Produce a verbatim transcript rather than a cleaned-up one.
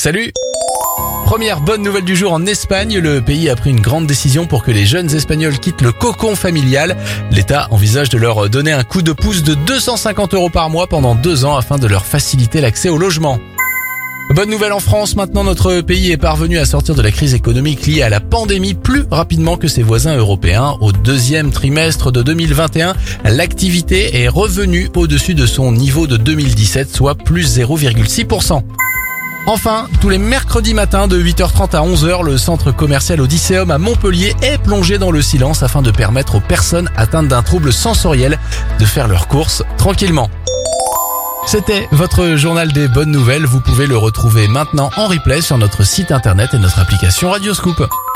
Salut! Première bonne nouvelle du jour en Espagne, le pays a pris une grande décision pour que les jeunes Espagnols quittent le cocon familial. L'État envisage de leur donner un coup de pouce de deux cent cinquante euros par mois pendant deux ans afin de leur faciliter l'accès au logement. Bonne nouvelle en France, maintenant notre pays est parvenu à sortir de la crise économique liée à la pandémie plus rapidement que ses voisins européens. Au deuxième trimestre de deux mille vingt et un, l'activité est revenue au-dessus de son niveau de deux mille dix-sept, soit plus zéro virgule six pour cent. Enfin, tous les mercredis matins de huit heures trente à onze heures, le centre commercial Odysseum à Montpellier est plongé dans le silence afin de permettre aux personnes atteintes d'un trouble sensoriel de faire leurs courses tranquillement. C'était votre journal des bonnes nouvelles. Vous pouvez le retrouver maintenant en replay sur notre site internet et notre application Radioscoop.